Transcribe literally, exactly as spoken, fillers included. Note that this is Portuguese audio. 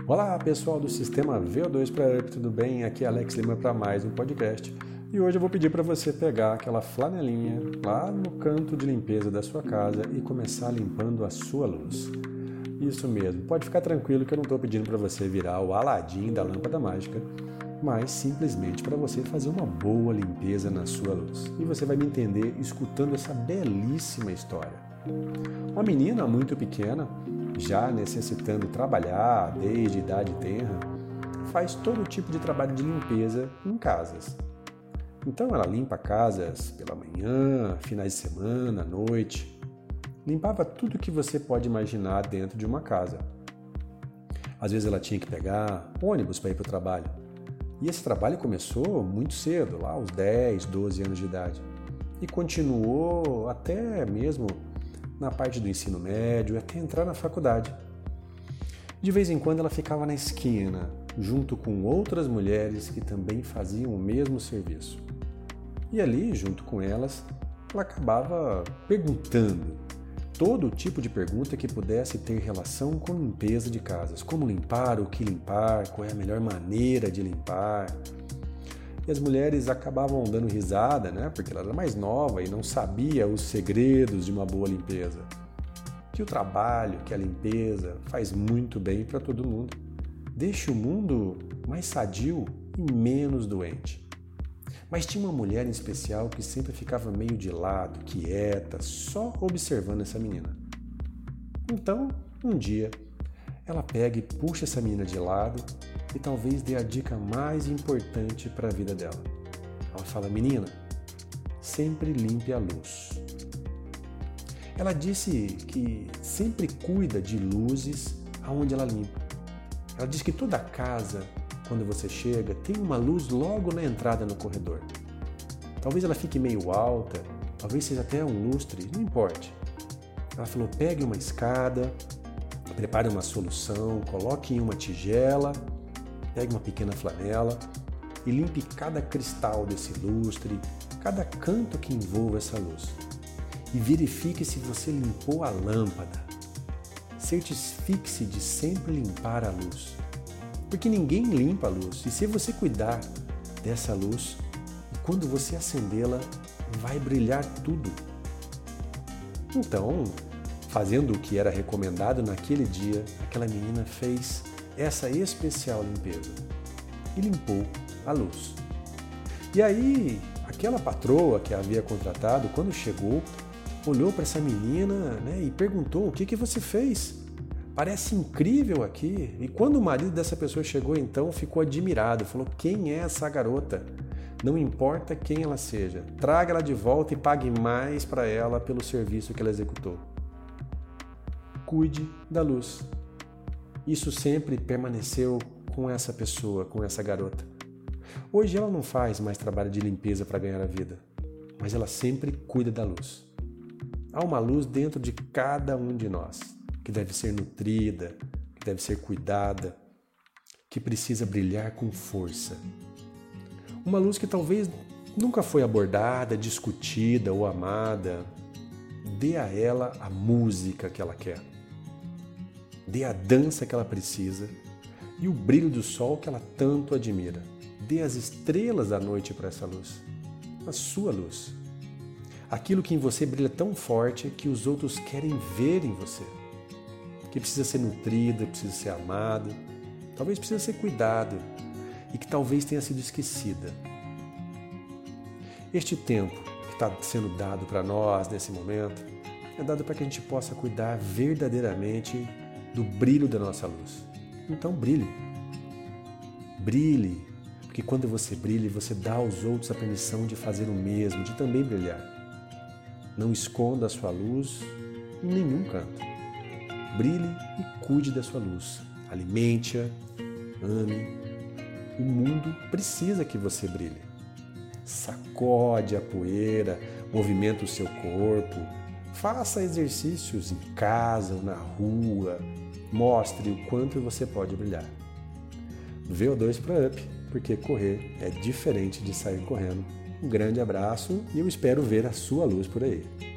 Olá pessoal do Sistema V O dois para Up, tudo bem? Aqui é Alex Lima para mais um podcast e hoje eu vou pedir para você pegar aquela flanelinha lá no canto de limpeza da sua casa e começar limpando a sua luz. Isso mesmo, pode ficar tranquilo que eu não estou pedindo para você virar o Aladim da lâmpada mágica, mas simplesmente para você fazer uma boa limpeza na sua luz. E você vai me entender escutando essa belíssima história. Uma menina muito pequena, já necessitando trabalhar desde idade tenra, faz todo tipo de trabalho de limpeza em casas. Então ela limpa casas pela manhã, finais de semana, à noite. Limpava tudo que você pode imaginar dentro de uma casa. Às vezes ela tinha que pegar ônibus para ir para o trabalho. E esse trabalho começou muito cedo, lá aos dez, doze anos de idade. E continuou até mesmo na parte do ensino médio, até entrar na faculdade. De vez em quando ela ficava na esquina, junto com outras mulheres que também faziam o mesmo serviço. E ali, junto com elas, ela acabava perguntando todo tipo de pergunta que pudesse ter relação com limpeza de casas. Como limpar, o que limpar, qual é a melhor maneira de limpar. E as mulheres acabavam dando risada, né? Porque ela era mais nova e não sabia os segredos de uma boa limpeza. Que o trabalho, que a limpeza faz muito bem para todo mundo. Deixa o mundo mais sadio e menos doente. Mas tinha uma mulher em especial que sempre ficava meio de lado, quieta, só observando essa menina. Então, um dia, ela pega e puxa essa menina de lado e talvez dê a dica mais importante para a vida dela. Ela fala: menina, sempre limpe a luz. Ela disse que sempre cuida de luzes aonde ela limpa. Ela diz que toda casa, quando você chega, tem uma luz logo na entrada no corredor. Talvez ela fique meio alta, talvez seja até um lustre, não importe. Ela falou: pegue uma escada, prepare uma solução, coloque em uma tigela, pegue uma pequena flanela e limpe cada cristal desse lustre, cada canto que envolva essa luz. E verifique se você limpou a lâmpada. Certifique-se de sempre limpar a luz. Porque ninguém limpa a luz. E se você cuidar dessa luz, quando você acendê-la, vai brilhar tudo. Então, fazendo o que era recomendado naquele dia, aquela menina fez essa especial limpeza e limpou a luz. E aí, aquela patroa que a havia contratado, quando chegou, olhou para essa menina, né, e perguntou: o que, que você fez? Parece incrível aqui. E quando o marido dessa pessoa chegou, então, ficou admirado, falou: quem é essa garota? Não importa quem ela seja, traga ela de volta e pague mais para ela pelo serviço que ela executou. Cuide da luz. Isso sempre permaneceu com essa pessoa, com essa garota. Hoje ela não faz mais trabalho de limpeza para ganhar a vida, mas ela sempre cuida da luz. Há uma luz dentro de cada um de nós, que deve ser nutrida, que deve ser cuidada, que precisa brilhar com força. Uma luz que talvez nunca foi abordada, discutida ou amada. Dê a ela a música que ela quer. Dê a dança que ela precisa e o brilho do sol que ela tanto admira. Dê as estrelas da noite para essa luz, a sua luz. Aquilo que em você brilha tão forte que os outros querem ver em você. Que precisa ser nutrida, precisa ser amada, talvez precisa ser cuidada e que talvez tenha sido esquecida. Este tempo que está sendo dado para nós nesse momento é dado para que a gente possa cuidar verdadeiramente do brilho da nossa luz. Então brilhe. Brilhe, porque quando você brilha, você dá aos outros a permissão de fazer o mesmo, de também brilhar. Não esconda a sua luz em nenhum canto. Brilhe e cuide da sua luz. Alimente-a, ame. O mundo precisa que você brilhe. Sacode a poeira, movimenta o seu corpo, faça exercícios em casa ou na rua, mostre o quanto você pode brilhar. V O dois para Up, porque correr é diferente de sair correndo. Um grande abraço e eu espero ver a sua luz por aí.